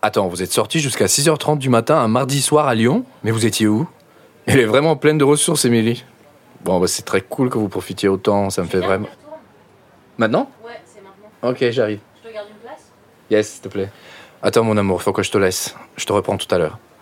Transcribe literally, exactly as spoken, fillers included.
Attends, vous êtes sorti jusqu'à six heures trente du matin un mardi soir à Lyon? Mais vous étiez où? Elle est vraiment pleine de ressources, Émilie. Bon, bah c'est très cool que vous profitiez autant, ça me fait vraiment... Maintenant? Ouais, c'est maintenant. Ok, j'arrive. Je te garde une place? Yes, s'il te plaît. Attends, mon amour, faut que je te laisse. Je te reprends tout à l'heure.